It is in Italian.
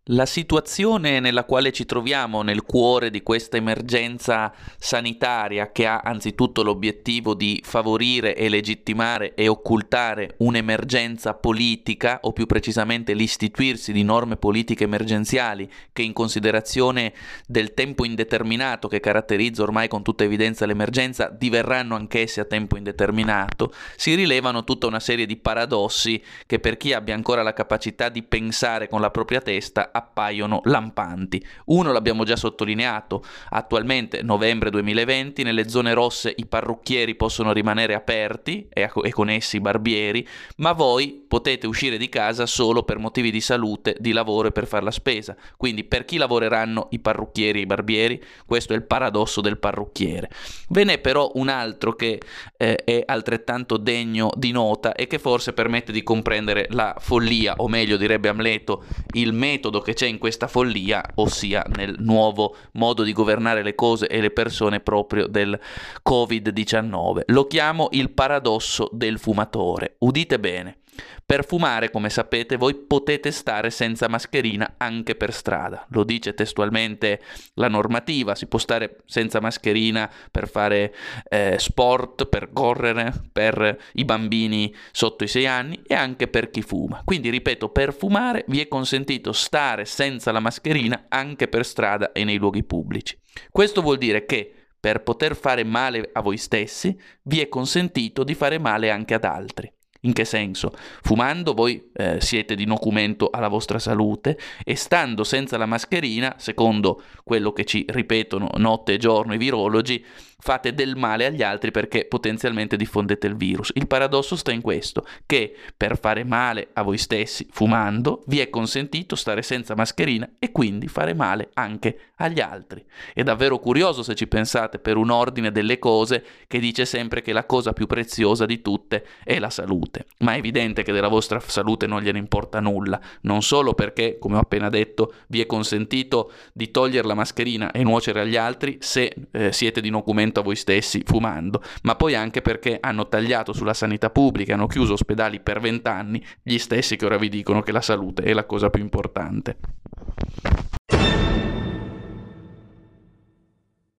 La situazione nella quale ci troviamo nel cuore di questa emergenza sanitaria, che ha anzitutto l'obiettivo di favorire e legittimare e occultare un'emergenza politica, o più precisamente l'istituirsi di norme politiche emergenziali che, in considerazione del tempo indeterminato che caratterizza ormai con tutta evidenza l'emergenza, diverranno anch'esse a tempo indeterminato, si rilevano tutta una serie di paradossi che, per chi abbia ancora la capacità di pensare con la propria testa, appaiono lampanti. Uno l'abbiamo già sottolineato: attualmente, novembre 2020, nelle zone rosse i parrucchieri possono rimanere aperti e con essi i barbieri, ma voi potete uscire di casa solo per motivi di salute, di lavoro e per fare la spesa. Quindi per chi lavoreranno i parrucchieri e i barbieri? Questo è il paradosso del parrucchiere. Ve n'è però un altro che è altrettanto degno di nota e che forse permette di comprendere la follia, o meglio direbbe Amleto, il metodo che c'è in questa follia, ossia nel nuovo modo di governare le cose e le persone proprio del Covid-19. Lo chiamo il paradosso del fumatore. Udite bene. Per fumare, come sapete, voi potete stare senza mascherina anche per strada. Lo dice testualmente la normativa: si può stare senza mascherina per fare sport, per correre, per i bambini sotto i 6 anni e anche per chi fuma. Quindi, ripeto, per fumare vi è consentito stare senza la mascherina anche per strada e nei luoghi pubblici. Questo vuol dire che per poter fare male a voi stessi vi è consentito di fare male anche ad altri. In che senso? Fumando voi siete di nocumento alla vostra salute, e stando senza la mascherina, secondo quello che ci ripetono notte e giorno i virologi, fate del male agli altri perché potenzialmente diffondete il virus. Il paradosso sta in questo: che per fare male a voi stessi fumando vi è consentito stare senza mascherina e quindi fare male anche agli altri. È davvero curioso, se ci pensate, per un ordine delle cose che dice sempre che la cosa più preziosa di tutte è la salute. Ma è evidente che della vostra salute non gliene importa nulla, non solo perché, come ho appena detto, vi è consentito di togliere la mascherina e nuocere agli altri se siete di nocumento a voi stessi fumando, ma poi anche perché hanno tagliato sulla sanità pubblica, hanno chiuso ospedali per 20 anni, gli stessi che ora vi dicono che la salute è la cosa più importante.